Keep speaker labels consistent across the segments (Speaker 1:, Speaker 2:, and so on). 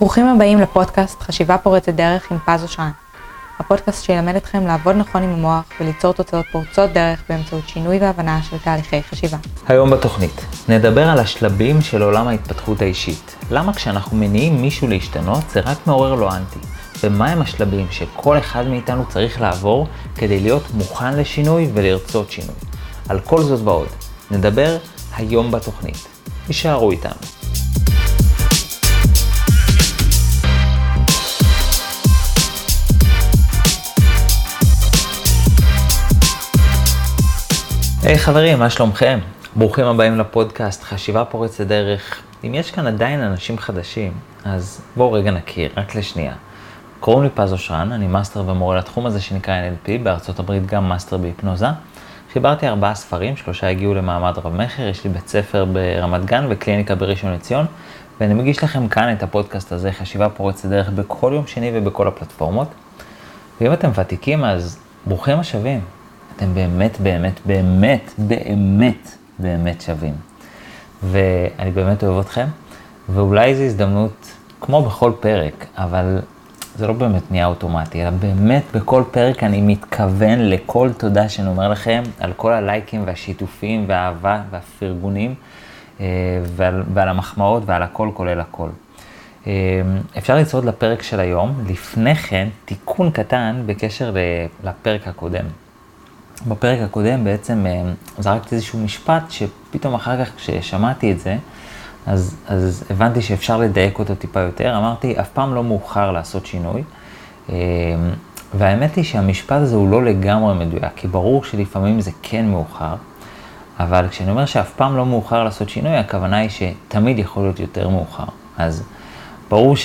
Speaker 1: ברוכים הבאים לפודקאסט חשיבה פורצת דרך עם פז אושרן. הפודקאסט שילמד אתכם לעבוד נכון עם המוח וליצור תוצאות פורצות דרך באמצעות שינוי והבנה של תהליכי חשיבה.
Speaker 2: היום בתוכנית נדבר על השלבים של עולם ההתפתחות האישית. למה כשאנחנו מניעים מישהו להשתנות זה רק מעורר לו אנטי? ומהם השלבים שכל אחד מאיתנו צריך לעבור כדי להיות מוכן לשינוי ולרצות שינוי? על כל זאת ועוד נדבר היום בתוכנית. יישארו איתנו. היי חברים, מה שלומכם? ברוכים הבאים לפודקאסט חשיבה פורצת דרך. אם יש כאן עדיין אנשים חדשים, אז בואו רגע נכיר, רק לשנייה. קוראים לי פז אושרן, אני מאסטר ומורה לתחום הזה שנקרא NLP, בארצות הברית גם מאסטר בהיפנוזה. חיברתי 4 ספרים, 3 הגיעו למעמד רב מחר, יש לי בית ספר ברמת גן וקליניקה בראשון לציון, ואני מגיש לכם כאן את הפודקאסט הזה, חשיבה פורצת דרך, בכל יום שני ובכל הפלטפורמות. ואם אתם ותיקים, אז ברוכים השבים. אתם באמת שווים. ואני באמת אוהב אתכם, ואולי זו הזדמנות, כמו בכל פרק, אבל זה לא באמת נהיה אוטומטי, אלא באמת בכל פרק אני מתכוון לכל תודה שאני אומר לכם, על כל הלייקים והשיתופים והאהבה והפרגונים, ועל המחמאות ועל הכל כולל הכל. אפשר לצעוד לפרק של היום, לפני כן תיקון קטן בקשר לפרק הקודם. בפרק הקודם בעצם זרקתי איזשהו משפט שפתאום אחר כך כששמעתי את זה, אז הבנתי שאפשר לדייק אותו טיפה יותר. אמרתי, אף פעם לא מאוחר לעשות שינוי. והאמת היא שהמשפט הזה הוא לא לגמרי מדויק, כי ברור שלפעמים זה כן מאוחר, אבל כשאני אומר שאף פעם לא מאוחר לעשות שינוי, הכוונה היא שתמיד יכול להיות יותר מאוחר. אז ברור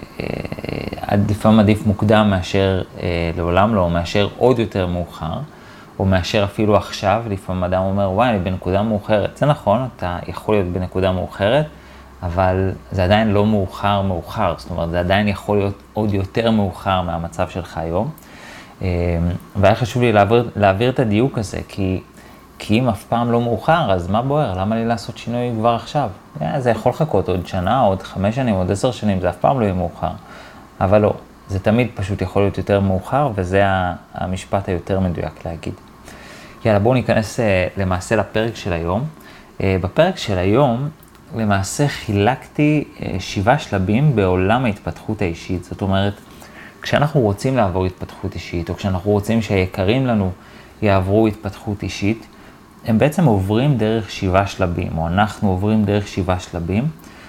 Speaker 2: שלפעמים עדיף מוקדם מאשר לעולם לא, מאשר עוד יותר מאוחר, או מאשר אפילו עכשיו. לפעמים אדם אומר, וואי, אני בנקודה מאוחרת. זה נכון, אתה יכול להיות בנקודה מאוחרת, אבל זה עדיין לא מאוחר. זאת אומרת, זה עדיין יכול להיות עוד יותר מאוחר מהמצב שלך היום. והיה חשוב לי להעביר את הדיוק הזה, כי אם אף פעם לא מאוחר, אז מה בוער? למה לי לעשות שינוי כבר עכשיו? זה יכול לחכות עוד שנה, עוד 5 שנים, עוד 10 שנים, זה אף פעם לא יהיה מאוחר. אבל לא, זה תמיד פשוט יכול להיות יותר מאוחר, וזה המשפט היותר מדויק להגיד. יאללה, בואו ניכנס למעשה לפרק של היום. בפרק של היום, למעשה חילקתי 7 שלבים בעולם ההתפתחות האישית. זאת אומרת, כשאנחנו רוצים לעבור התפתחות אישית, או כשאנחנו רוצים שהיקרים לנו יעברו התפתחות אישית, הם בעצם עוברים דרך 7 שלבים, או אנחנו עוברים דרך 7 שלבים.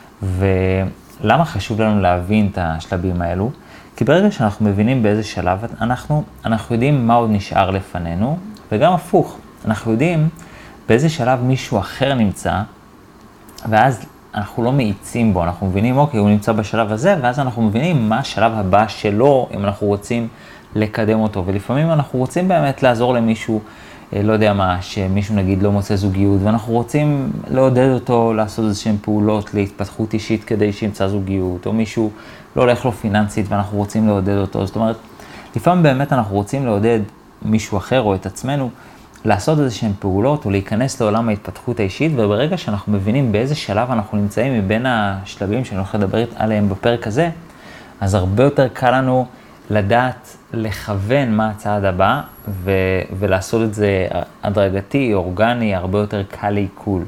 Speaker 2: ולמה חשוב לנו להבין את השלבים האלו? כי ברגע שאנחנו מבינים באיזה שלב אנחנו יודעים מה עוד נשאר לפנינו, וגם הפוך, אנחנו יודעים באיזה שלב מישהו אחר נמצא, ואז אנחנו לא מאיצים בו, אנחנו מבינים, אוקיי, הוא נמצא בשלב הזה, ואז אנחנו מבינים מה השלב הבא שלו, אם אנחנו רוצים לקדם אותו. ולפעמים אנחנו רוצים באמת לעזור למישהו, לא יודע מה, שמישהו נגיד לא מוצא זוגיות, ואנחנו רוצים לעודד אותו לעשות איזשהם פעולות להתפתחות אישית כדי שימצא זוגיות, או מישהו לא הולך לו פיננסית ואנחנו רוצים לעודד אותו. זאת אומרת, לפעמים באמת אנחנו רוצים לעודד מישהו אחר או את עצמנו, לעשות איזשהם פעולות או להיכנס לעולם ההתפתחות האישית, וברגע שאנחנו מבינים באיזה שלב אנחנו נמצאים מבין השלבים שאני הולך לדבר עליהם בפרק הזה, אז הרבה יותר קל לנו לדעת לכוון מה הצעד הבא, ולעשות את זה הדרגתי, אורגני, הרבה יותר קל לעיכול.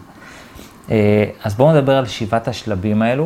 Speaker 2: אז בואו נדבר על 7 השלבים האלו,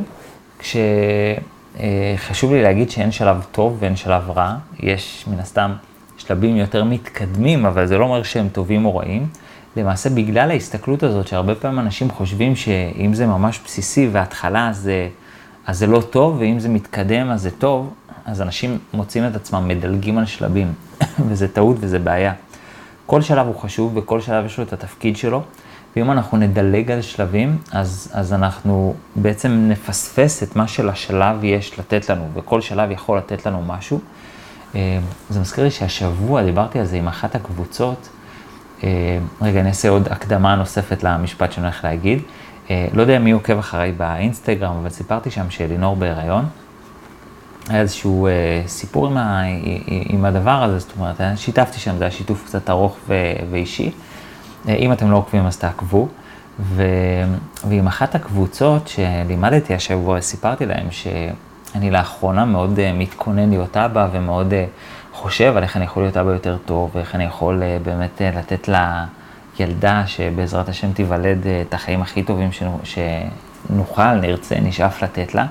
Speaker 2: כשחשוב לי להגיד שאין שלב טוב ואין שלב רע, יש מן הסתם שלבים יותר מתקדמים, אבל זה לא אומר שהם טובים או רעים. למעשה בגלל ההסתכלות הזאת, שהרבה פעמים אנשים חושבים שאם זה ממש בסיסי וההתחלה אז זה לא טוב, ואם זה מתקדם אז זה טוב, אז אנשים מוצאים את עצמם מדלגים על שלבים, וזה טעות וזה בעיה. כל שלב הוא חשוב וכל שלב יש לו את התפקיד שלו, ואם אנחנו נדלג על שלבים, אז אנחנו בעצם נפספס את מה שלשלב יש לתת לנו, וכל שלב יכול לתת לנו משהו. זה מזכיר לי שהשבוע דיברתי על זה עם אחת הקבוצות, רגע, אני אעשה עוד הקדמה נוספת למשפט שאני הולך להגיד. לא יודע מי עוקב אחריי באינסטגרם, אבל סיפרתי שם שלינור בהיריון. היה איזשהו סיפור עם הדבר הזה, זאת אומרת, שיתפתי שם, זה היה שיתוף קצת ארוך ואישי. אם אתם לא עוקבים אז תעקבו. ועם אחת הקבוצות שלימדתי השבוע, סיפרתי להם אני לאחרונה מאוד מתכונן להיות אבא, ומאוד חושב על איך אני יכול להיות אבא יותר טוב, ואיך אני יכול באמת לתת לילדה שבעזרת השם תיוולד את החיים הכי טובים שנוכל, נרצה, נשאף לתת לה.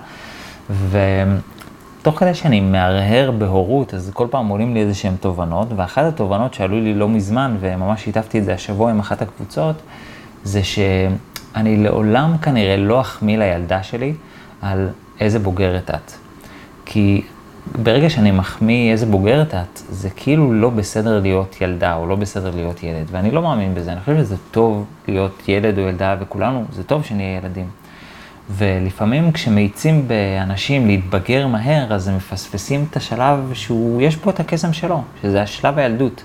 Speaker 2: ותוך כדי שאני מהרהר בהורות, אז כל פעם עולים לי איזשהם תובנות, ואחת התובנות שעלו לי לא מזמן, וממש שיתפתי את זה השבוע עם אחת הקבוצות, זה שאני לעולם כנראה לא אחמיא לילדה שלי על איזה בוגרת את. כי ברגע שאני מחמיא איזה בוגרת את, זה כאילו לא בסדר להיות ילדה או לא בסדר להיות ילד, ואני לא מאמין בזה. אני חושב שזה טוב להיות ילד או ילדה, וכולנו, זה טוב שנהיה ילדים. ולפעמים כשמאיצים באנשים להתבגר מהר, אז הם מפספסים את השלב יש פה את הקסם שלו, שזה השלב הילדות.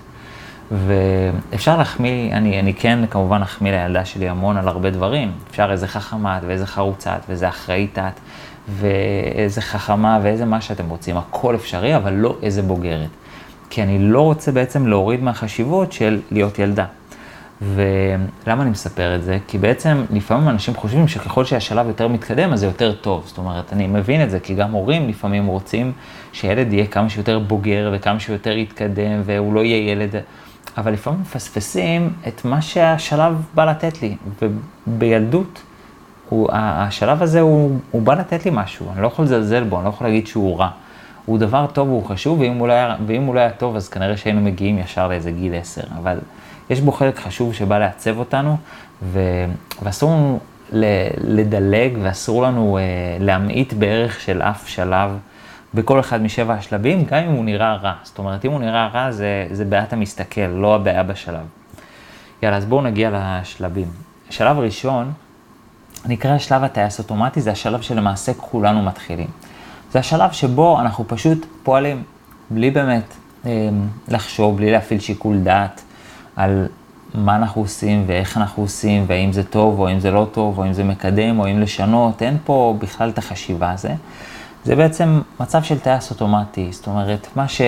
Speaker 2: ואפשר להחמיא, אני כן כמובן אחמיא לילדה שלי המון על הרבה דברים. אפשר איזה חכמה את ואיזה חרוצה את ואיזה אחראית את, ואיזה חכמה ואיזה מה שאתם רוצים. הכל אפשרי, אבל לא איזה בוגרת. כי אני לא רוצה בעצם להוריד מהחשיבות של להיות ילדה. ולמה אני מספר את זה? כי בעצם לפעמים אנשים חושבים שככל שהשלב יותר מתקדם, אז זה יותר טוב. זאת אומרת, אני מבין את זה, כי גם הורים לפעמים רוצים שילד יהיה כמה שיותר בוגר וכמה שיותר יתקדם, והוא לא יהיה ילד. אבל לפעמים מפספסים את מה שהשלב בא לתת לי. ובילדות, השלב הזה הוא בא לתת לי משהו. אני לא יכול לזלזל בו, אני לא יכול להגיד שהוא רע. הוא דבר טוב והוא חשוב, ואם הוא לא היה טוב, אז כנראה שהיינו מגיעים ישר לאיזה גיל 10. אבל יש בו חלק חשוב שבא לעצב אותנו, ואסור לנו לדלג, ואסור לנו להמעיט בערך של אף שלב בכל אחד משבע השלבים, גם אם הוא נראה רע. זאת אומרת, אם הוא נראה רע, זה בעיית המסתכל, לא הבעיה בשלב. יאללה, אז בואו נגיע לשלבים. השלב הראשון, נקרא שלב הטייס אוטומטי, זה השלב שלמעשה כולנו מתחילים. זה השלב שבו אנחנו פשוט פועלים, בלי באמת לחשוב, בלי להפעיל שיקול דעת על מה אנחנו עושים ואיך אנחנו עושים, והאם זה טוב או האם זה לא טוב, או האם זה מקדם או האם לשנות. אין פה בכלל את החשיבה הזה. זה בעצם מצב של טייס אוטומטי. זאת אומרת,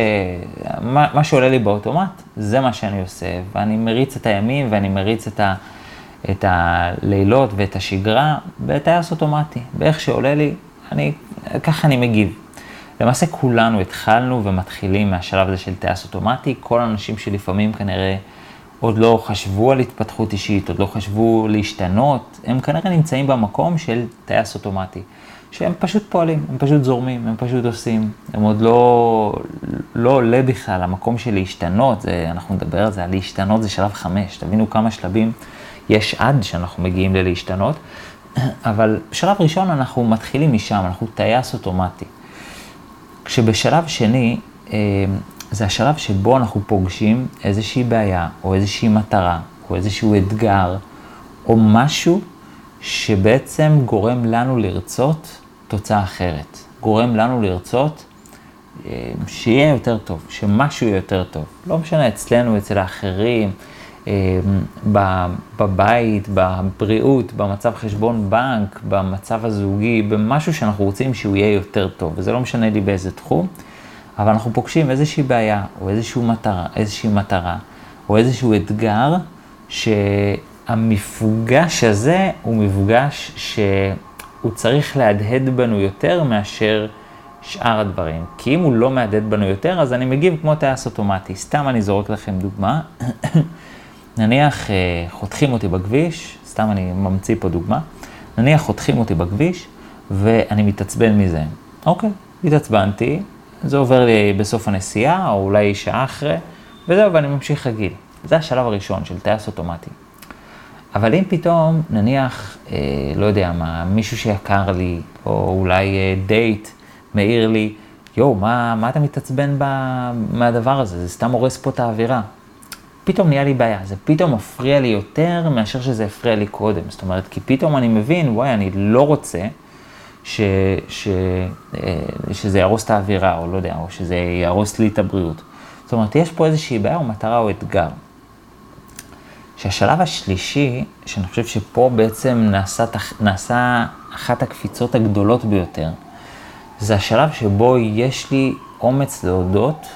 Speaker 2: מה שעולה לי באוטומט, זה מה שאני עושה. ואני מריץ את הימים ואני מריץ את הלילות ואת השגרה בטייס אוטומטי. באיך שעולה לי, ככה אני מגיב. למעשה כולנו התחלנו ומתחילים מהשלב הזה של טייס אוטומטי. כל האנשים שלפעמים כנראה עוד לא חשבו על התפתחות אישית, עוד לא חשבו להשתנות, הם כנראה נמצאים במקום של טייס אוטומטי, שהם פשוט פועלים, הם פשוט זורמים, הם פשוט עושים, הם עוד לא עולה בכלל, המקום של להשתנות, אנחנו נדבר על זה, להשתנות זה שלב 5, תבינו כמה שלבים יש עד שאנחנו מגיעים ללהשתנות, אבל בשלב ראשון אנחנו מתחילים משם, אנחנו טייס אוטומטי. כשבשלב שני, זה השלב שבו אנחנו פוגשים איזושהי בעיה, או איזושהי מטרה, או איזשהו אתגר, או משהו שבעצם גורם לנו לרצות תוצאה אחרת. גורם לנו לרצות שיהיה יותר טוב, שמשהו יהיה יותר טוב. לא משנה, אצלנו, אצל האחרים, בבית, בבריאות, במצב חשבון בנק, במצב הזוגי, במשהו שאנחנו רוצים שהוא יהיה יותר טוב. וזה לא משנה לי באיזה תחום, אבל אנחנו פוגשים איזושהי בעיה, או איזושהי מטרה, או איזשהו אתגר, שהמפגש הזה הוא מפגש שהוא צריך להדהד בנו יותר מאשר שאר הדברים. כי אם הוא לא מהדהד בנו יותר, אז אני מגיב כמו טייס אוטומטי. סתם אני זורק לכם דוגמה. נניח חותכים אותי בכביש, סתם אני ממציא פה דוגמה. נניח חותכים אותי בכביש, ואני מתעצבן מזה. אוקיי, התעצבנתי. זה עובר לי בסוף הנסיעה, או אולי שעה אחרי, וזהו, ואני ממשיך רגיל. זה השלב הראשון של טייס אוטומטי. אבל אם פתאום, נניח, לא יודע מה, מישהו שיקר לי, או אולי דייט, מעיר לי, מה אתה מתעצבן מהדבר הזה? זה סתם הורס פה את האווירה. פתאום נהיה לי בעיה, זה פתאום מפריע לי יותר מאשר שזה הפריע לי קודם. זאת אומרת, כי פתאום אני מבין, אני לא רוצה, שזה ירוס את האווירה, או לא יודע, או שזה ירוס לי את הבריאות. זאת אומרת, יש פה איזושהי בעיה או מטרה או אתגר. שהשלב השלישי, שאני חושב שפה בעצם נעשה אחת הקפיצות הגדולות ביותר, זה השלב שבו יש לי אומץ להודות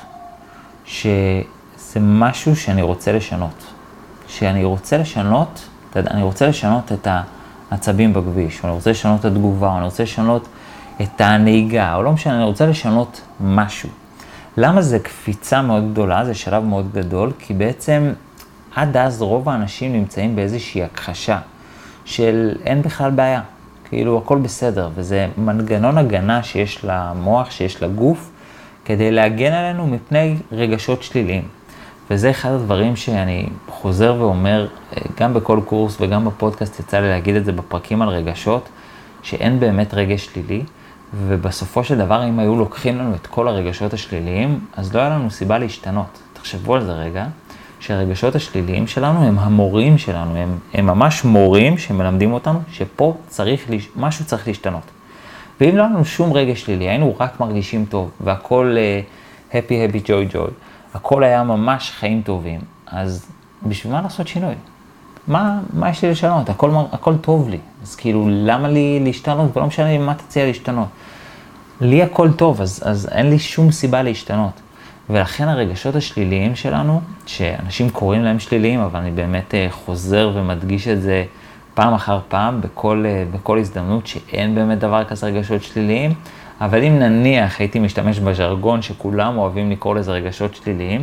Speaker 2: שזה משהו שאני רוצה לשנות. שאני רוצה לשנות את העצבים בכביש, או אני רוצה לשנות את התגובה, או אני רוצה לשנות את הנהיגה, או לא משנה, אני רוצה לשנות משהו. למה זה קפיצה מאוד גדולה, זה שלב מאוד גדול? כי בעצם עד אז רוב האנשים נמצאים באיזושהי הכחשה של אין בכלל בעיה, כאילו הכל בסדר, וזה מנגנון הגנה שיש למוח, שיש לגוף, כדי להגן עלינו מפני רגשות שליליים. וזה אחד הדברים שאני חוזר ואומר, גם בכל קורס וגם בפודקאסט יצא לי להגיד את זה בפרקים על רגשות, שאין באמת רגש שלילי, ובסופו של דבר אם היו לוקחים לנו את כל הרגשות השליליים, אז לא היה לנו סיבה להשתנות. תחשבו על זה רגע, שהרגשות השליליים שלנו הם המורים שלנו, הם ממש מורים שמלמדים אותנו שפה משהו צריך להשתנות. ואם לא היה לנו שום רגש שלילי, היינו רק מרגישים טוב, והכל happy, happy, joy, joy, הכל היה ממש חיים טובים, אז בשביל מה לעשות שינוי? מה יש לי לשנות? הכל טוב לי. אז כאילו, למה לי להשתנות? ולא משנה לי מה תציע להשתנות. לי הכל טוב, אז אין לי שום סיבה להשתנות. ולכן הרגשות השליליים שלנו, שאנשים קוראים להם שליליים, אבל אני באמת חוזר ומדגיש את זה פעם אחר פעם, בכל הזדמנות, שאין באמת דבר כזה רגשות שליליים, אבל אם נניח הייתי משתמש בז'רגון שכולם אוהבים לקרוא לזה רגשות שליליים,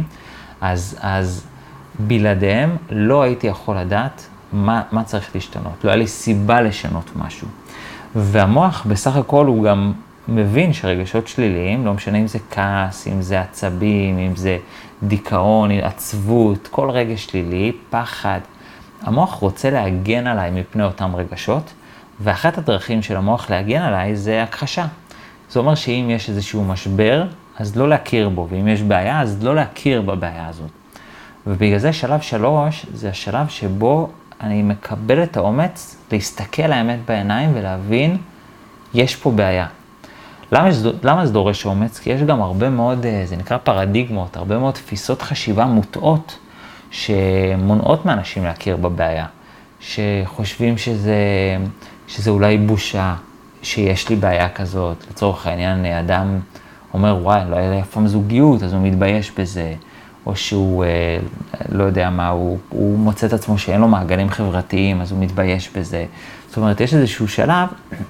Speaker 2: אז בלעדיהם לא הייתי יכול לדעת מה צריך להשתנות. לא היה לי סיבה לשנות משהו. והמוח בסך הכל הוא גם מבין שרגשות שליליים, לא משנה אם זה כעס, אם זה עצבים, אם זה דיכאון, עצבות, כל רגש שלילי, פחד. המוח רוצה להגן עליי מפני אותם רגשות, ואחת הדרכים של המוח להגן עליי זה הכחשה. זה אומר שאם יש איזשהו משבר, אז לא להכיר בו, ואם יש בעיה, אז לא להכיר בבעיה הזאת. ובגלל זה שלב 3, זה השלב שבו אני מקבל את האומץ להסתכל האמת בעיניים ולהבין, יש פה בעיה. למה זה דורש אומץ? כי יש גם הרבה מאוד, זה נקרא פרדיגמות, הרבה מאוד תפיסות חשיבה מוטעות, שמונעות מאנשים להכיר בבעיה, שחושבים שזה אולי בושה, שיש לי בעיה כזאת. לצורך העניין, אדם אומר, וואי, לא היה לי אף פעם זוגיות, אז הוא מתבייש בזה, או שהוא, לא יודע מה, הוא מוצא את עצמו שאין לו מעגלים חברתיים, אז הוא מתבייש בזה. זאת אומרת, יש איזשהו שלב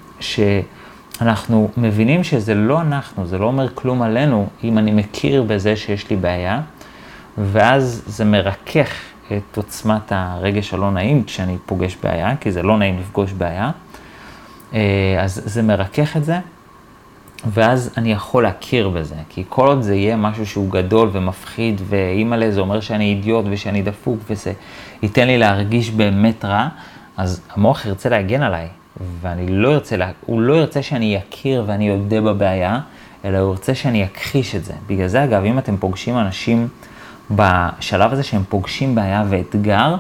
Speaker 2: שאנחנו מבינים שזה לא אנחנו, זה לא אומר כלום עלינו, אם אני מכיר בזה שיש לי בעיה, ואז זה מרכך את עוצמת הרגש הלא נעים כשאני פוגש בעיה, כי זה לא נעים לפגוש בעיה. אז זה מרכך את זה, ואז אני יכול להכיר בזה, כי כל עוד זה יהיה משהו שהוא גדול ומפחיד, ואימא'לה זה אומר שאני אידיוט ושאני דפוק, וזה ייתן לי להרגיש באמת רע, אז המוח ירצה להגן עליי, הוא לא ירצה שאני אכיר ואני יודע בבעיה, אלא הוא ירצה שאני אכחיש את זה. בגלל זה אגב, אם אתם פוגשים אנשים בשלב הזה שהם פוגשים בעיה ואתגר,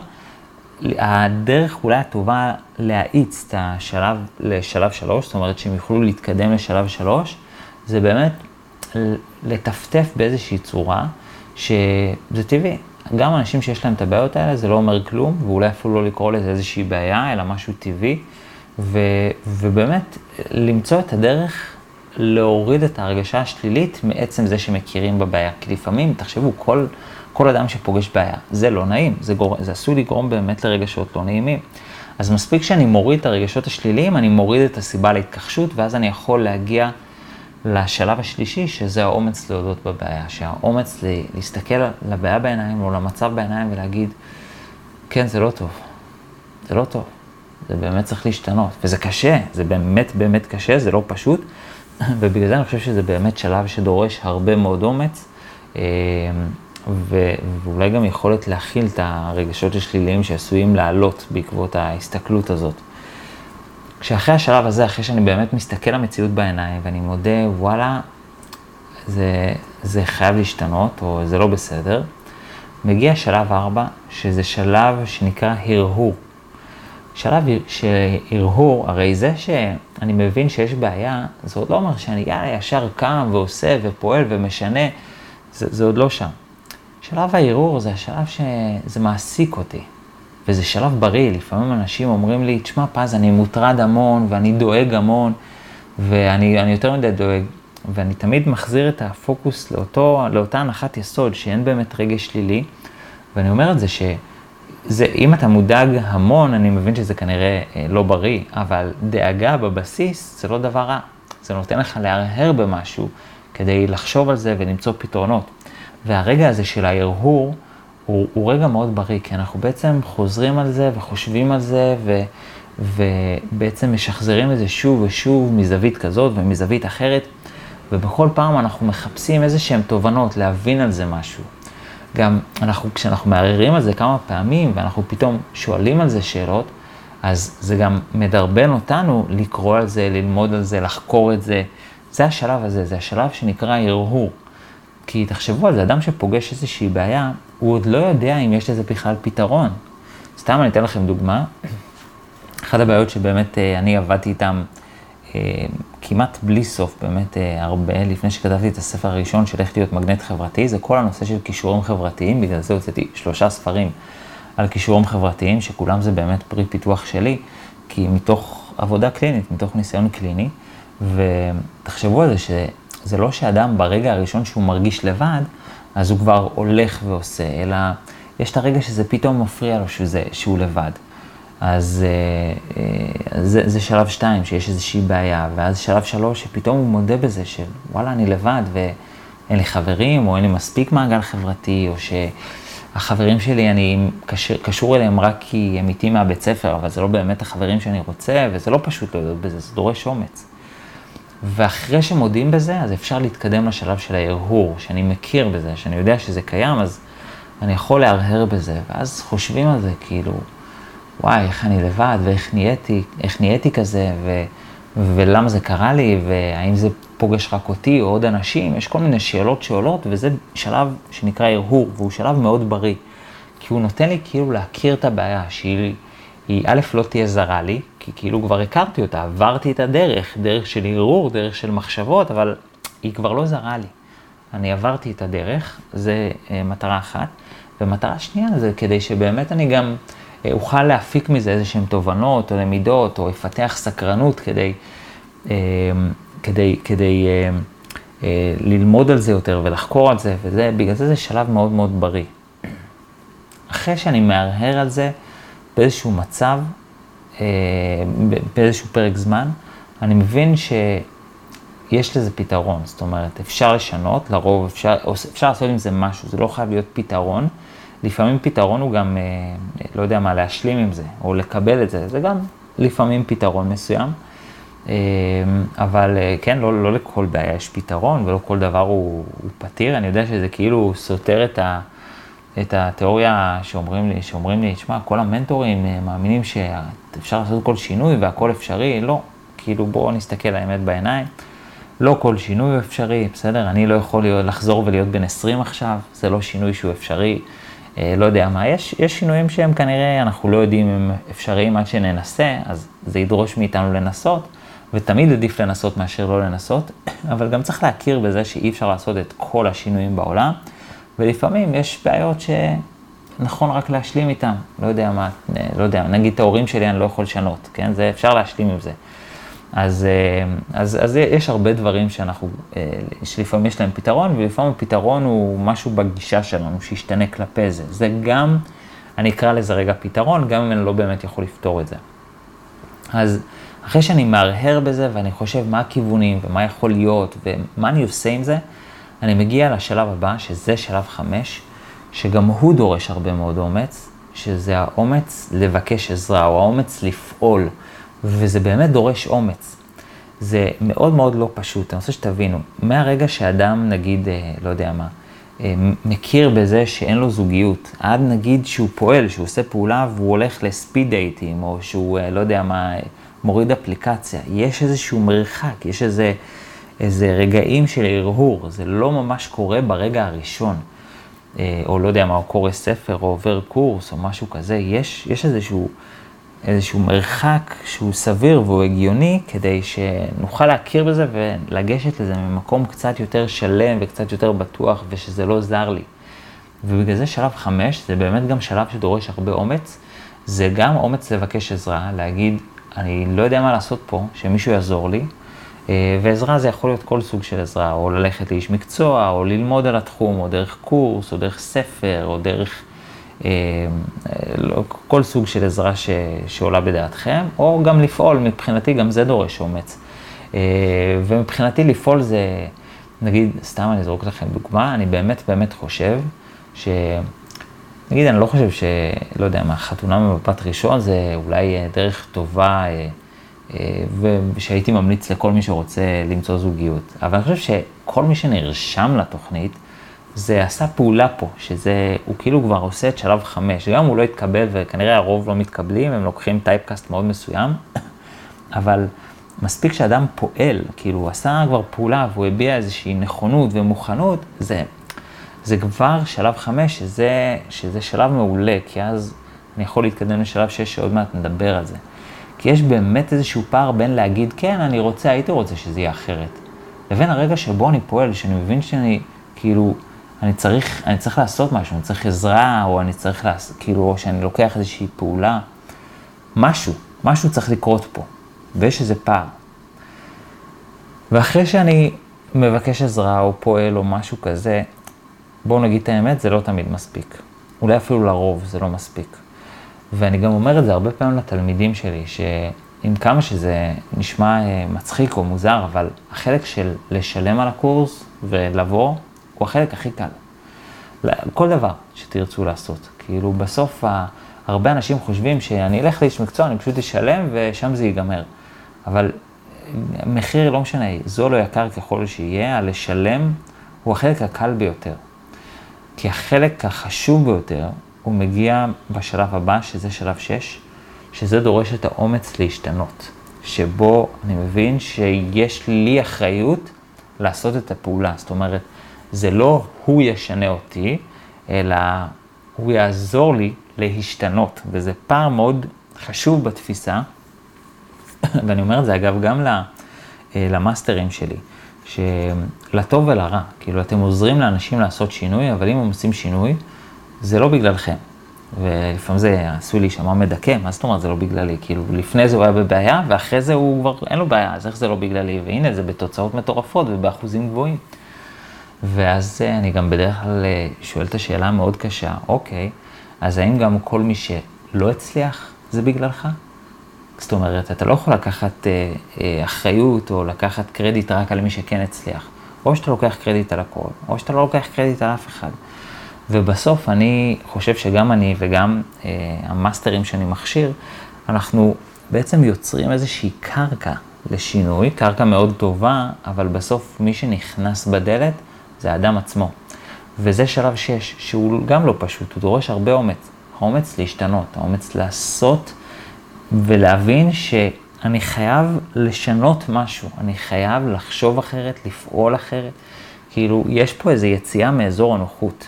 Speaker 2: הדרך אולי הטובה להאיץ את השלב לשלב 3, זאת אומרת שהם יוכלו להתקדם לשלב 3, זה באמת לטפטף באיזושהי צורה, שזה טבעי. גם אנשים שיש להם את הבעיות האלה, זה לא אומר כלום, ואולי אפילו לא לקרוא לזה איזושהי בעיה, אלא משהו טבעי, ובאמת למצוא את הדרך להוריד את ההרגשה השלילית מעצם זה שמכירים בבעיה. כי לפעמים, תחשבו, כל אדם שפוגש בעיה, זה לא נעים, זה עשוי לגרום באמת לרגשות לא נעימים. אז מספיק שאני מוריד את הרגשות השליליים, אני מוריד את הסיבה להתכחשות, ואז אני יכול להגיע לשלב השלישי, שזה האומץ להודות בבעיה, שהאומץ להסתכל לבעיה בעיניים או למצב בעיניים ולהגיד, כן, זה לא טוב, זה לא טוב, זה באמת צריך להשתנות, וזה קשה, זה באמת קשה, זה לא פשוט, ובגלל זה אני חושב שזה באמת שלב שדורש הרבה מאוד אומץ, ואולי גם יכולת להכיל את הרגשות השליליים שעשויים לעלות בעקבות ההסתכלות הזאת. כשאחרי השלב הזה, אחרי שאני באמת מסתכל למציאות בעיניים, ואני מודה, וואלה, זה חייב להשתנות, או זה לא בסדר, מגיע שלב 4, שזה שלב שנקרא הרהור. שלב של הרהור, הרי זה שאני מבין שיש בעיה, זה עוד לא אומר שאני ישר קם ועושה ופועל ומשנה, זה עוד לא שם. שלב ההרהור זה השלב שזה מעסיק אותי, וזה שלב בריא. לפעמים אנשים אומרים לי, תשמע פז, אני מוטרד המון ואני דואג המון, ואני יותר מדי דואג, ואני תמיד מחזיר את הפוקוס לאותה הנחת יסוד, שאין באמת רגש שלילי, ואני אומר את זה אם אתה מודאג המון, אני מבין שזה כנראה לא בריא, אבל דאגה בבסיס זה לא דבר רע. זה נותן לך להרהר במשהו כדי לחשוב על זה ולמצוא פתרונות. והרגע הזה של ההרהור הוא רגע מאוד בריא, כי אנחנו בעצם חוזרים על זה וחושבים על זה ובעצם משחזרים את זה שוב ושוב מזווית כזאת ומזווית אחרת, ובכל פעם אנחנו מחפשים איזה שהן תובנות, להבין על זה משהו. גם כשאנחנו מערערים על זה כמה פעמים ואנחנו פתאום שואלים על זה שאלות, אז זה גם מדרבן אותנו לקרוא על זה, ללמוד על זה, לחקור את זה. זה השלב הזה, זה השלב שנקרא הרהור. כי תחשבו על זה, אדם שפוגש איזושהי בעיה, הוא עוד לא יודע אם יש לזה בכלל פתרון. סתם אני אתן לכם דוגמה. אחת הבעיות שבאמת אני עבדתי איתם כמעט בלי סוף, באמת הרבה, לפני שכתבתי את הספר הראשון של איך להיות מגנט חברתי, זה כל הנושא של כישורים חברתיים, בגלל זה הוצאתי 3 ספרים על כישורים חברתיים, שכולם זה באמת פרי פיתוח שלי, כי מתוך עבודה קלינית, מתוך ניסיון קליני, ותחשבו על זה שזה לא שאדם ברגע הראשון שהוא מרגיש לבד, אז הוא כבר הולך ועושה, אלא יש את הרגע שזה פתאום מפריע לו שהוא לבד. אז זה שלב 2, שיש איזושהי בעיה, ואז שלב 3, שפתאום הוא מודה בזה שוואלה, אני לבד ואין לי חברים, או אין לי מספיק מעגל חברתי, או שהחברים שלי, אני קשור אליהם רק כי הם איתי מהבית ספר, אבל זה לא באמת החברים שאני רוצה, וזה לא פשוט להודות בזה, זה דורש אומץ. ואחרי שמודים בזה, אז אפשר להתקדם לשלב של ההרהור, שאני מכיר בזה, שאני יודע שזה קיים, אז אני יכול להרהר בזה, ואז חושבים על זה כאילו, וואי, איך אני לבד, ואיך נהייתי כזה, ולמה זה קרה לי, והאם זה פוגש רק אותי או עוד אנשים, יש כל מיני שאלות שעולות, וזה שלב שנקרא הרהור, והוא שלב מאוד בריא, כי הוא נותן לי כאילו להכיר את הבעיה, שהיא א' לא תהיה זרה לי, כי כאילו כבר הכרתי אותה, עברתי את הדרך, דרך של הרהור, דרך של מחשבות, אבל היא כבר לא זרה לי. אני עברתי את הדרך, זה מטרה אחת, ומטרה שנייה זה כדי שבאמת אני גם אוכל להפיק מזה איזשהם תובנות או למידות, או לפתח סקרנות כדי ללמוד על זה יותר ולחקור על זה, ובגלל זה שלב מאוד מאוד בריא. אחרי שאני מהרהר על זה באיזשהו מצב, באיזשהו פרק זמן, אני מבין שיש לזה פתרון, זאת אומרת, אפשר לשנות, לרוב אפשר לעשות עם זה משהו, זה לא חייב להיות פתרון, לפעמים פתרון הוא גם, לא יודע מה, להשלים עם זה, או לקבל את זה, זה גם לפעמים פתרון מסוים, אבל כן, לא לכל בעיה יש פתרון, ולא כל דבר הוא פתיר, אני יודע שזה כאילו סותר את התיאוריה שאומרים לי, תשמע, כל המנטורים מאמינים שאפשר לעשות כל שינוי והכל אפשרי, לא, כאילו בואו נסתכל האמת בעיניים, לא כל שינוי הוא אפשרי, בסדר? אני לא יכול לחזור ולהיות בן 20 עכשיו, זה לא שינוי שהוא אפשרי, לא יודע מה, יש שינויים שהם כנראה, אנחנו לא יודעים אם הם אפשריים עד שננסה, אז זה ידרוש מאיתנו לנסות, ותמיד עדיף לנסות מאשר לא לנסות, אבל גם צריך להכיר בזה שאי אפשר לעשות את כל השינויים בעולם, ולפעמים יש בעיות שנכון רק להשלים איתם, לא יודע מה, לא יודע, נגיד את ההורים שלי אני לא יכול לשנות, כן? זה אפשר להשלים עם זה. אז יש הרבה דברים שלפעמים יש להם פתרון, ולפעמים הפתרון הוא משהו בגישה שלנו, שישתנה כלפי זה. זה גם, אני אקרא לזה רגע פתרון, גם אם אני לא באמת יכול לפתור את זה. אז אחרי שאני מהרהר בזה, ואני חושב מה הכיוונים, ומה יכול להיות, ומה אני עושה עם זה, אני מגיע לשלב הבא, שזה שלב 5, שגם הוא דורש הרבה מאוד אומץ, שזה האומץ לבקש עזרה, או האומץ לפעול, וזה באמת דורש אומץ. זה מאוד מאוד לא פשוט, אני רוצה שתבינו, מהרגע שאדם, נגיד, לא יודע מה, מכיר בזה שאין לו זוגיות, עד נגיד שהוא פועל, שהוא עושה פעולה והוא הולך לספיד דייטים, או שהוא, לא יודע מה, מוריד אפליקציה, יש איזשהו מרחק, יש איזה רגעים של הרהור, זה לא ממש קורה ברגע הראשון, או לא יודע מה, או קורא ספר, או עובר קורס, או משהו כזה, יש איזשהו מרחק שהוא סביר והוא הגיוני, כדי שנוכל להכיר בזה ולגשת לזה ממקום קצת יותר שלם וקצת יותר בטוח, ושזה לא זר לי. ובגלל זה שלב 5, זה באמת גם שלב שדורש הרבה אומץ, זה גם אומץ לבקש עזרה, להגיד, אני לא יודע מה לעשות פה, שמישהו יעזור לי, ועזרה זה יכול להיות כל סוג של עזרה, או ללכת לאיש מקצוע, או ללמוד על התחום, או דרך קורס, או דרך ספר, או דרך כל סוג של עזרה שעולה בדעתכם, או גם לפעול, מבחינתי גם זה דורש אומץ. ומבחינתי לפעול זה, נגיד, סתם אני אזרוק לכם דוגמה, אני באמת חושב נגיד, אני לא חושב לא יודע מה, חתונה ממבט ראשון זה אולי דרך טובה, ושהייתי ממליץ לכל מי שרוצה למצוא זוגיות. אבל אני חושב שכל מי שנרשם לתוכנית, זה עשה פעולה פה, הוא כאילו כבר עושה את שלב 5. גם הוא לא התקבל, וכנראה הרוב לא מתקבלים, הם לוקחים טייפקאסט מאוד מסוים, אבל מספיק שאדם פועל, כאילו הוא עשה כבר פעולה, והוא הביע איזושהי נכונות ומוכנות, זה כבר שלב 5, שזה שלב מעולה, כי אז אני יכול להתקדם לשלב 6, שעוד מעט נדבר על זה. כי יש באמת איזשהו פער בין להגיד, כן, הייתי רוצה שזה יהיה אחרת, לבין הרגע שבו אני פועל, שאני מבין שאני, כאילו, אני צריך לעשות משהו, אני צריך עזרה, או אני צריך או שאני לוקח איזושהי פעולה, משהו צריך לקרות פה, ויש איזה פער. ואחרי שאני מבקש עזרה, או פועל, או משהו כזה, בואו נגיד את האמת, זה לא תמיד מספיק. אולי אפילו לרוב זה לא מספיק. ואני גם אומר את זה הרבה פעמים לתלמידים שלי, שעם כמה שזה נשמע מצחיק או מוזר, אבל החלק של לשלם על הקורס ולבוא, הוא החלק הכי קל. כל דבר שתרצו לעשות. כאילו בסוף הרבה אנשים חושבים שאני אלך לאיש מקצוע, אני פשוט אשלם ושם זה ייגמר. אבל מחיר לא משנה, זול או יקר ככל שיהיה, הלשלם הוא החלק הקל ביותר. כי החלק החשוב ביותר, הוא מגיע בשלב הבא, שזה שלב 6, שזה דורש את האומץ להשתנות. שבו אני מבין שיש לי אחריות לעשות את הפעולה. זאת אומרת, זה לא הוא ישנה אותי, אלא הוא יעזור לי להשתנות. וזה פער מאוד חשוב בתפיסה, ואני אומר את זה אגב גם למאסטרים שלי, שלטוב ולרע, כאילו אתם עוזרים לאנשים לעשות שינוי, אבל אם הם עושים שינוי, זה לא בגללכם. ולפעמים זה עשוי לי שמע מדכא, מה זאת אומרת זה לא בגללי? כאילו לפני זה הוא היה בבעיה, ואחרי זה הוא כבר אין לו בעיה, אז איך זה לא בגללי? והנה זה בתוצאות מטורפות ובאחוזים גבוהים. ואז אני גם בדרך כלל שואל את השאלה מאוד קשה, אוקיי, אז האם גם כל מי שלא הצליח זה בגללך? זאת אומרת, אתה לא יכול לקחת אחריות או לקחת קרדיט רק על מי שכן הצליח. או שאתה לוקח קרדיט על הכל, או שאתה לא לוקח קרדיט על אף אחד. ובסוף אני חושב שגם אני וגם המאסטרים שאני מכשיר, אנחנו בעצם יוצרים איזושהי קרקע לשינוי, קרקע מאוד טובה, אבל בסוף מי שנכנס בדלת זה האדם עצמו. וזה שלב 6, שהוא גם לא פשוט, הוא דורש הרבה אומץ. האומץ להשתנות, האומץ לעשות ולהבין שאני חייב לשנות משהו, אני חייב לחשוב אחרת, לפעול אחרת. כאילו, יש פה איזו יציאה מאזור הנוחות.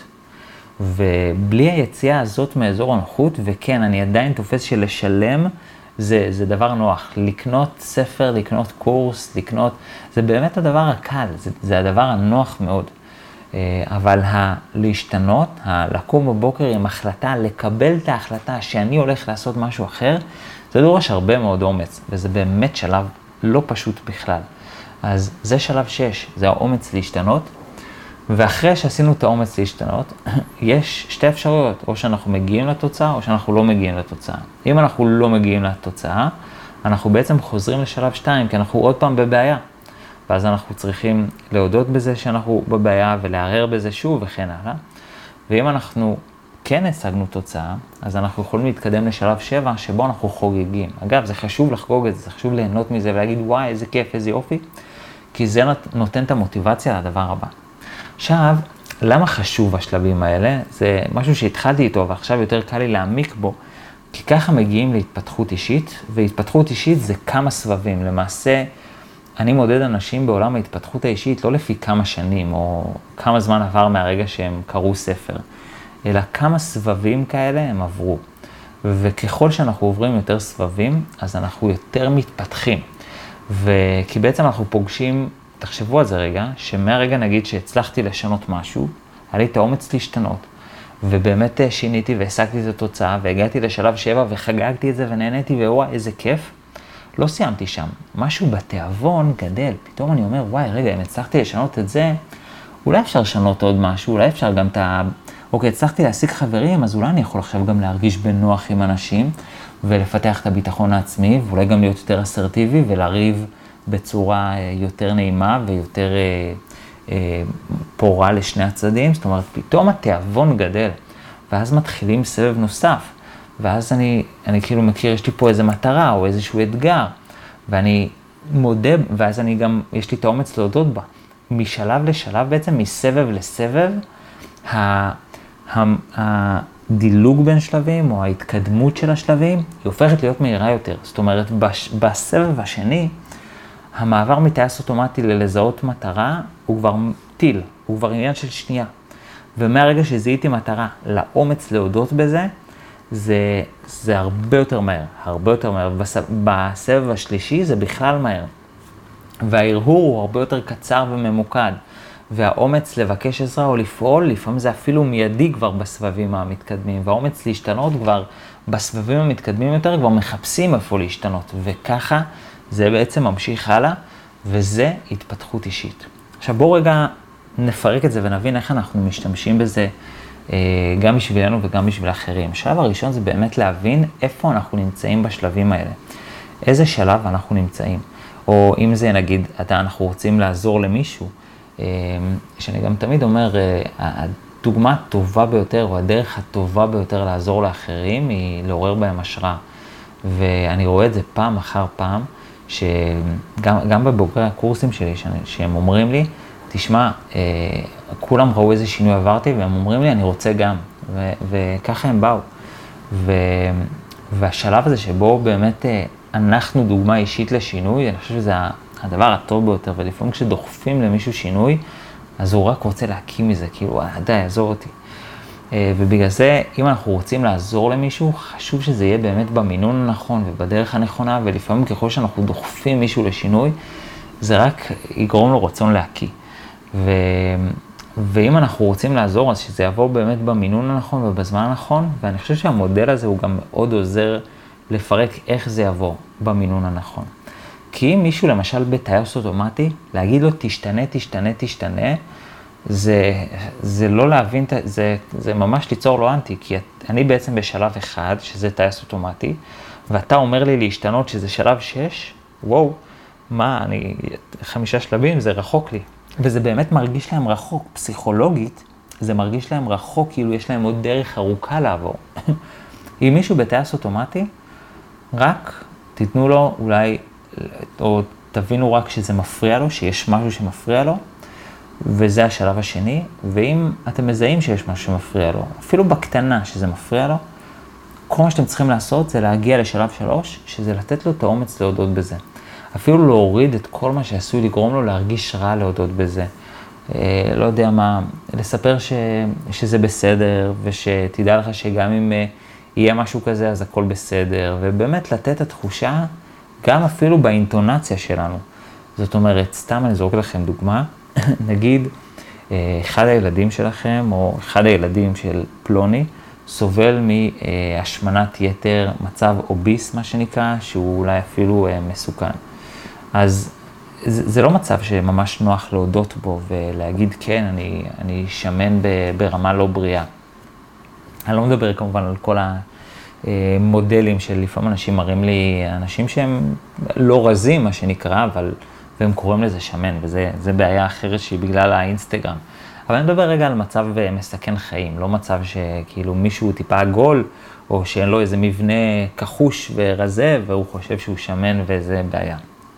Speaker 2: ובלי היציאה הזאת מאזור הנוחות, וכן, אני עדיין תופס שלשלם, זה דבר נוח. לקנות ספר, לקנות קורס, זה באמת הדבר הקל, זה הדבר הנוח מאוד. אבל להשתנות, לקום בבוקר עם החלטה, לקבל את ההחלטה שאני הולך לעשות משהו אחר, זה דורש הרבה מאוד אומץ, וזה באמת שלב לא פשוט בכלל. אז זה שלב 6, זה האומץ להשתנות, ואחרי שעשינו את האומץ להשתנות, יש שתי אפשרויות, או שאנחנו מגיעים לתוצאה, או שאנחנו לא מגיעים לתוצאה. אם אנחנו לא מגיעים לתוצאה, אנחנו בעצם חוזרים לשלב 2, כי אנחנו עוד פעם בבעיה. ואז אנחנו צריכים להודות בזה שאנחנו בבעיה, ולערער בזה שוב וכן הלאה. ואם אנחנו כן השגנו תוצאה, אז אנחנו יכולים להתקדם לשלב 7, שבו אנחנו חוגגים. אגב, זה חשוב לחגוג את זה, זה חשוב ליהנות מזה ולהגיד, וואי, איזה כיף, איזה יופי, כי זה נותן את המוטיבציה לדבר הבא. עכשיו, למה חשוב השלבים האלה? זה משהו שהתחלתי איתו, ועכשיו יותר קל לי להעמיק בו, כי ככה מגיעים להתפתחות אישית, והתפתחות אישית זה כמה סבבים. למעשה, אני מודד אנשים בעולם ההתפתחות האישית, לא לפי כמה שנים, או כמה זמן עבר מהרגע שהם קראו ספר, אלא כמה סבבים כאלה הם עברו. וככל שאנחנו עוברים יותר סבבים, אז אנחנו יותר מתפתחים. כי בעצם אנחנו פוגשים, תחשבו על זה רגע, שמהרגע נגיד שהצלחתי לשנות משהו, היה לי את האומץ להשתנות, ובאמת שיניתי והשגתי את התוצאה, והגעתי לשלב 7 וחגגתי את זה ונהניתי, ווואי, איזה כיף. לא סיימתי שם. משהו בתיאבון גדל. פתאום אני אומר, וואי, רגע, אם הצלחתי לשנות את זה, אולי אפשר לשנות עוד משהו, אולי אפשר גם אוקיי, הצלחתי להשיג חברים, אז אולי אני יכול עכשיו גם להרגיש בנוח עם אנשים, ולפתח את הביטחון העצמי, ואולי גם להיות יותר אסרטיבי ולריב בצורה יותר נעימה ויותר פורה לשני הצדדים. זאת אומרת, פתאום התיאבון גדל, ואז מתחילים סבב נוסף. ואז אני כאילו מכיר, יש לי פה איזו מטרה או איזשהו אתגר, ואני מודה, ואז אני גם, יש לי את האומץ להודות בה. משלב לשלב בעצם, מסבב לסבב, הדילוג בין שלבים או ההתקדמות של השלבים, היא הופכת להיות מהירה יותר. זאת אומרת, בסבב השני, המעבר מטייס אוטומטי ללזהות מטרה, הוא כבר טיל, הוא כבר עניין של שנייה. ומהרגע שזיהיתי מטרה, לאומץ להודות בזה, זה הרבה יותר מהר, הרבה יותר מהר. בסבב השלישי זה בכלל מהר. וההרהור הוא הרבה יותר קצר וממוקד. והאומץ לבקש עזרה או לפעול, לפעמים זה אפילו מיידי כבר בסבבים המתקדמים. והאומץ להשתנות כבר בסבבים המתקדמים יותר, כבר מחפשים איפה להשתנות. וככה זה בעצם ממשיך הלאה, וזה התפתחות אישית. עכשיו בואו רגע נפרק את זה ונבין איך אנחנו משתמשים בזה, גם בשבילנו וגם בשביל אחרים. השלב הראשון זה באמת להבין איפה אנחנו נמצאים בשלבים האלה. איזה שלב אנחנו נמצאים. או אם זה נגיד, אנחנו רוצים לעזור למישהו, שאני גם תמיד אומר, הדוגמה הטובה ביותר או הדרך הטובה ביותר לעזור לאחרים היא לעורר בהם השראה. ואני רואה את זה פעם אחר פעם, שגם בבוגרי הקורסים שלי, שהם אומרים לי, תשמע, כולם ראו איזה שינוי עברתי, והם אומרים לי, אני רוצה גם. וככה הם באו. והשלב הזה שבו באמת אנחנו דוגמה אישית לשינוי, אני חושב שזה הדבר הטוב ביותר, ולפעמים כשדוחפים למישהו שינוי, אז הוא רק רוצה להקים מזה, כאילו, די, יעזור אותי. ובגלל זה, אם אנחנו רוצים לעזור למישהו, חשוב שזה יהיה באמת במינון הנכון ובדרך הנכונה, ולפעמים ככל שאנחנו דוחפים מישהו לשינוי, זה רק יגרום לו רצון להקיא. ואם אנחנו רוצים לעזור, אז שזה יבוא באמת במינון הנכון ובזמן הנכון, ואני חושב שהמודל הזה הוא גם מאוד עוזר לפרק איך זה יבוא במינון הנכון. כי אם מישהו למשל בטייס אוטומטי, להגיד לו תשתנה, תשתנה, תשתנה, זה לא להבין, זה ממש ליצור לו אנטי, כי אני בעצם בשלב אחד, שזה טייס אוטומטי, ואתה אומר לי להשתנות שזה שלב 6, וואו, מה, 5 שלבים, זה רחוק לי. וזה באמת מרגיש להם רחוק, פסיכולוגית, זה מרגיש להם רחוק, כאילו יש להם עוד דרך ארוכה לעבור. אם מישהו בטייס אוטומטי, רק תיתנו לו אולי, או תבינו רק שזה מפריע לו, שיש משהו שמפריע לו, וזה השלב השני, ואם אתם מזהים שיש משהו שמפריע לו, אפילו בקטנה שזה מפריע לו, כל מה שאתם צריכים לעשות זה להגיע לשלב 3, שזה לתת לו את האומץ להודות בזה. אפילו להוריד את כל מה שעשוי לגרום לו להרגיש רע להודות בזה. לא יודע מה, לספר שזה בסדר, ושתדע לך שגם אם יהיה משהו כזה, אז הכל בסדר, ובאמת לתת את התחושה, גם אפילו באינטונציה שלנו. זאת אומרת, סתם אני זורק לכם דוגמה, נגיד, אחד הילדים שלכם, או אחד הילדים של פלוני, סובל מהשמנת יתר, מצב אוביס, מה שנקרא, שהוא אולי אפילו מסוכן. אז זה לא מצב שממש נוח להודות בו ולהגיד, כן, אני שמן ברמה לא בריאה. אני לא מדבר כמובן על כל המודלים של לפעמים אנשים מראים לי, אנשים שהם לא רזים, מה שנקרא, והם קוראים לזה שמן, וזה בעיה אחרת שהיא בגלל האינסטגרם. אבל אני מדבר רגע על מצב מסכן חיים, לא מצב שכאילו מישהו טיפה עגול, או שאין לו איזה מבנה כחוש ורזה, והוא חושב שהוא שמן וזה בעיה.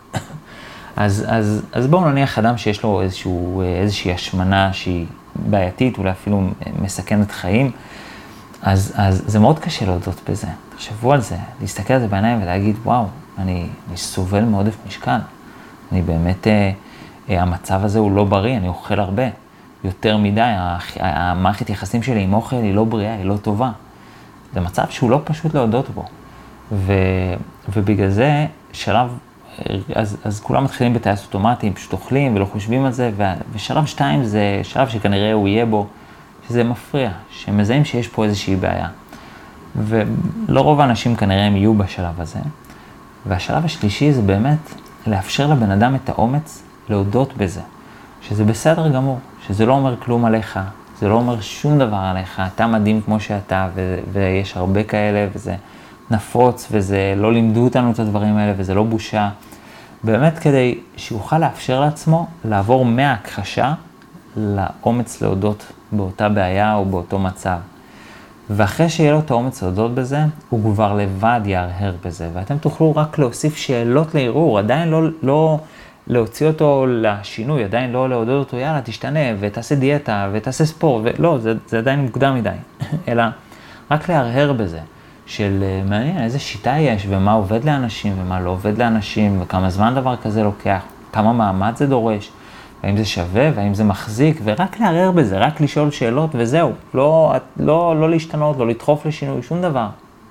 Speaker 2: אז בואו נניח אדם שיש לו איזושהי השמנה שהיא בעייתית, אולי אפילו מסכנת חיים, אז זה מאוד קשה להודות בזה. תחשבו על זה, להסתכל על זה בעיניים ולהגיד, וואו, אני סובל מעודף משקל. אני באמת, המצב הזה הוא לא בריא, אני אוכל הרבה. יותר מדי, המערכת יחסים שלי עם אוכל היא לא בריאה, היא לא טובה. זה מצב שהוא לא פשוט להודות בו. ובגלל זה שלב, אז כולם מתחילים בטייס אוטומטי, פשוט אוכלים ולא חושבים על זה, ושלב 2 זה שלב שכנראה הוא יהיה בו, שזה מפריע, שמזהים שיש פה איזושהי בעיה. ולא רוב האנשים כנראה הם יהיו בשלב הזה. והשלב השלישי זה באמת לאפשר לבן אדם את האומץ להודות בזה. שזה בסדר גמור, שזה לא אומר כלום עליך, זה לא אומר שום דבר עליך, אתה מדהים כמו שאתה, ויש הרבה כאלה, וזה נפוץ, וזה לא לימדו אותנו את הדברים האלה, וזה לא בושה. באמת כדי שיוכל לאפשר לעצמו לעבור מההכחשה לאומץ להודות באותה בעיה או באותו מצב. ואחרי שיהיה לו את האומץ להודות בזה, הוא כבר לבד יהרהר בזה, ואתם תוכלו רק להוסיף שאלות לערעור, עדיין לא להוציא אותו לשינוי, עדיין לא לעודד אותו, יאללה, תשתנה ותעשה דיאטה ותעשה ספורט, ולא, זה עדיין מוקדם מדי, אלא רק להרהר בזה, של מעניין איזה שיטה יש ומה עובד לאנשים ומה לא עובד לאנשים, וכמה זמן דבר כזה לוקח, כמה מאמץ זה דורש, והאם זה שווה והאם זה מחזיק, ורק להרהר בזה, רק לשאול שאלות וזהו, לא להשתנות, לא לדחוף לשינוי, שום דבר.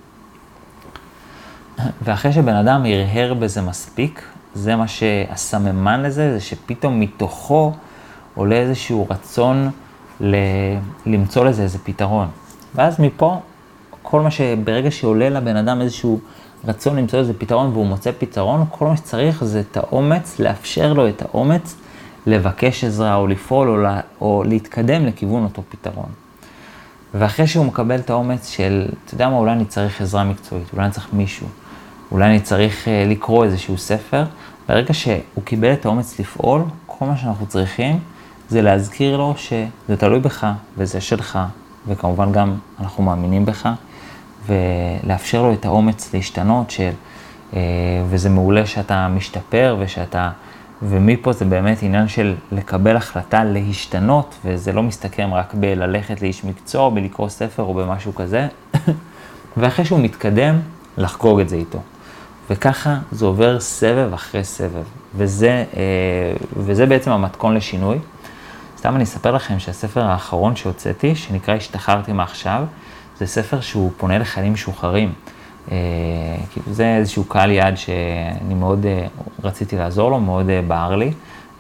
Speaker 2: ואחרי שבן אדם ירהר בזה מספיק, זה מה שהסממן לזה, זה שפתאום מתוכו עולה איזשהו רצון למצוא לזה איזה פתרון. ואז מפה, כל מה שברגע שעולה לבן אדם איזשהו רצון למצוא איזה פתרון והוא מוצא פתרון, כל מה שצריך זה את האומץ, לאפשר לו את האומץ, לבקש עזרה או לפעול או להתקדם לכיוון אותו פתרון. ואחרי שהוא מקבל את האומץ של, אתה יודע מה, אולי אני צריך עזרה מקצועית, אולי אני צריך מישהו, אולי אני צריך לקרוא איזשהו ספר, ברגע שהוא קיבל את האומץ לפעול, כל מה שאנחנו צריכים זה להזכיר לו שזה תלוי בך וזה שלך, וכמובן גם אנחנו מאמינים בך, ולאפשר לו את האומץ להשתנות וזה מעולה שאתה משתפר ומפה זה באמת עניין של לקבל החלטה להשתנות, וזה לא מסתכם רק בללכת לאיש מקצוע או בלקרוא ספר או במשהו כזה, ואחרי שהוא מתקדם, לחגוג את זה איתו. וככה זה עובר סבב אחרי סבב, וזה בעצם המתכון לשינוי. סתם אני אספר לכם שהספר האחרון שהוצאתי, שנקרא השתחררתי מעכשיו, זה ספר שהוא פונה לחיילים משוחררים. זה איזשהו קהל יעד שאני מאוד רציתי לעזור לו, מאוד בער לי,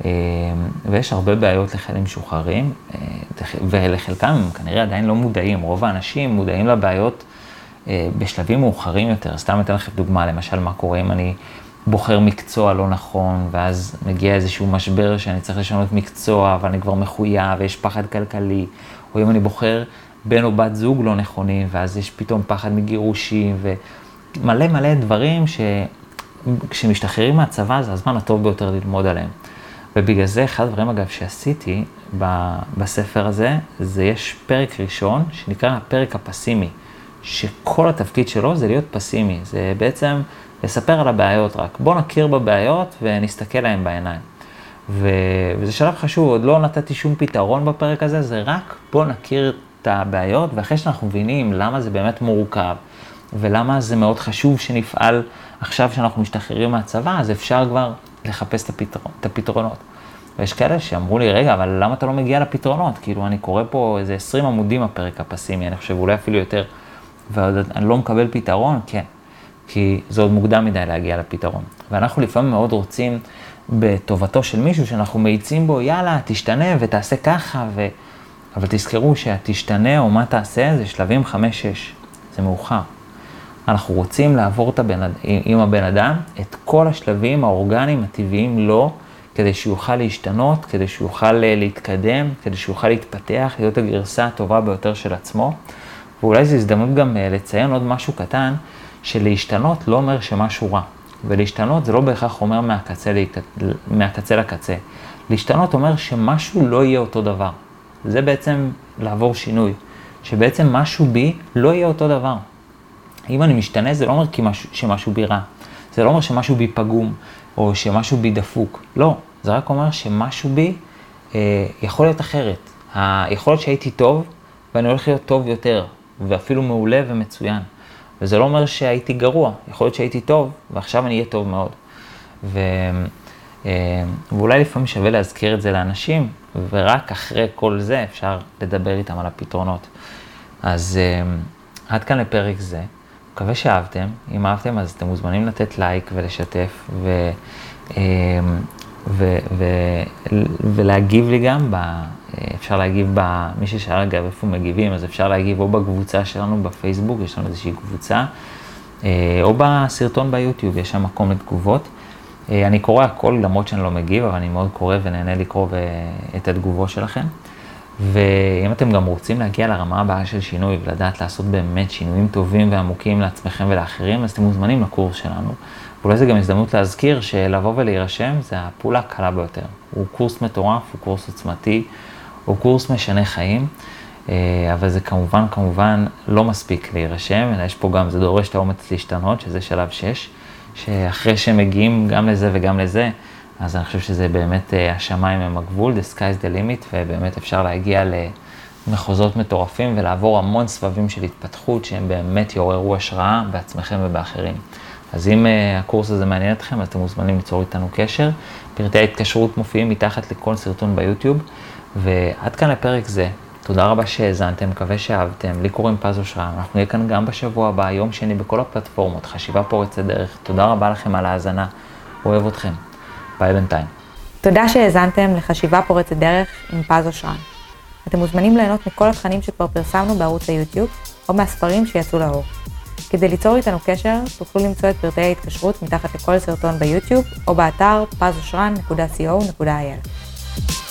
Speaker 2: ויש הרבה בעיות לחיילים משוחררים, ולחלקם הם כנראה עדיין לא מודעים, רוב האנשים מודעים לבעיות בשלבים מאוחרים יותר. סתם אתן לכם דוגמה, למשל מה קורה אם אני בוחר מקצוע לא נכון, ואז מגיע איזשהו משבר שאני צריך לשנות מקצוע, אבל אני כבר מחויב ויש פחד כלכלי, או אם אני בוחר בן או בת זוג לא נכונים, ואז יש פתאום פחד מגירושים, ומלא מלא דברים שכשמשתחררים מהצבא זה הזמן הטוב ביותר ללמוד עליהם. ובגלל זה אחד הדברים אגב שעשיתי בספר הזה, זה יש פרק ראשון שנקרא הפרק הפסימי, שכל התפקיד שלו זה להיות פסימי, זה בעצם לספר על הבעיות רק. בוא נכיר בבעיות ונסתכל להם בעיניים. וזה שלב חשוב, עוד לא נתתי שום פתרון בפרק הזה, זה רק בוא נכיר את הבעיות, ואחרי שאנחנו מבינים למה זה באמת מורכב, ולמה זה מאוד חשוב שנפעל עכשיו שאנחנו משתחררים מהצבא, אז אפשר כבר לחפש את הפתרונות. ויש כאלה שאמרו לי, רגע, אבל למה אתה לא מגיע לפתרונות? כאילו, אני קורא פה איזה 20 עמודים הפרק הפסימי, אני חושב, אולי אפילו יותר, ואני לא מקבל פתרון? כן, כי זה עוד מוקדם מדי להגיע לפתרון. ואנחנו לפעמים מאוד רוצים בטובתו של מישהו שאנחנו מאיצים בו, יאללה, תשתנה ותעשה ככה, אבל תזכרו שהתשתנה או מה תעשה זה שלבים 5-6, זה מאוחר. אנחנו רוצים לעבור עם הבן אדם את כל השלבים האורגניים הטבעיים לו, כדי שיוכל להשתנות, כדי שיוכל להתקדם, כדי שיוכל להתפתח, להיות הגרסה הטובה ביותר של עצמו. ואולי זו הזדמנות גם לציין עוד משהו קטן, שלהשתנות לא אומר שמשהו רע. ולהשתנות זה לא בהכרח אומר מהקצה לקצה. להשתנות אומר שמשהו לא יהיה אותו דבר. זה בעצם לעבור שינוי, שבעצם משהו בי לא יהיה אותו דבר. אם אני משתנה זה לא אומר שמשהו בי רע. זה לא אומר שמשהו בי פגום, או שמשהו בי דפוק. לא, זה רק אומר שמשהו בי יכול להיות אחרת. יכול להיות שהייתי טוב, ואני הולך להיות טוב יותר, ואפילו מעולה ומצוין. וזה לא אומר שהייתי גרוע, יכול להיות שהייתי טוב, ועכשיו אני אהיה טוב מאוד. ואולי לפעמים שווה להזכיר את זה לאנשים, ורק אחרי כל זה אפשר לדבר איתם על הפתרונות. אז עד כאן לפרק זה. מקווה שאהבתם. אם אהבתם, אז אתם מוזמנים לתת לייק ולשתף, ולהגיב לי גם, אפשר להגיב מי ששאל אגב איפה מגיבים, אז אפשר להגיב או בקבוצה שלנו בפייסבוק, יש לנו איזושהי קבוצה, או בסרטון ביוטיוב, יש שם מקום לתגובות. אני קורא הכל למרות שאני לא מגיב, אבל אני מאוד קורא ונהנה לקרוא את התגובות שלכם. ואם אתם גם רוצים להגיע לרמה הבאה של שינוי ולדעת לעשות באמת שינויים טובים ועמוקים לעצמכם ולאחרים, אז אתם מוזמנים לקורס שלנו. ואולי זה גם הזדמנות להזכיר שלבוא ולהירשם זה הפעולה הקלה ביותר. הוא קורס מטורף, הוא קורס עוצמתי, הוא קורס משנה חיים, אבל זה כמובן לא מספיק להירשם, אלא יש פה גם, זה דורש את האומץ להשתנות, שזה שלב 6, שאחרי שמגיעים גם לזה וגם לזה, אז אני חושב שזה באמת השמיים הם הגבול, the sky is the limit, ובאמת אפשר להגיע למחוזות מטורפים ולעבור המון סבבים של התפתחות שהם באמת יעוררו השראה בעצמכם ובאחרים. אז אם הקורס הזה מעניין אתכם, אתם מוזמנים ליצור איתנו קשר. פרטי ההתקשרות מופיעים מתחת לכל סרטון ביוטיוב, ועד כאן לפרק זה. תודה רבה שהאזנתם, מקווה שאהבתם. לי קוראים פז אושרה, אנחנו נהיה כאן גם בשבוע הבא, יום שני בכל הפלטפורמות, חשיבה פורצת דרך. תודה רבה לכם על ההאזנה, אוהב אתכם. ביי בינתיים.
Speaker 1: תודה שהאזנתם לחשיבה פורצת דרך עם פז אושרה. אתם מוזמנים ליהנות מכל התכנים שכבר פרסמנו בערוץ היוטיוב, או מהספרים שיצאו לאור. כדי ליצור איתנו קשר, תוכלו למצוא את פרטי ההתקשרות מתחת לכל סרטון ביוטיוב, או באתר pazoshran.co.il.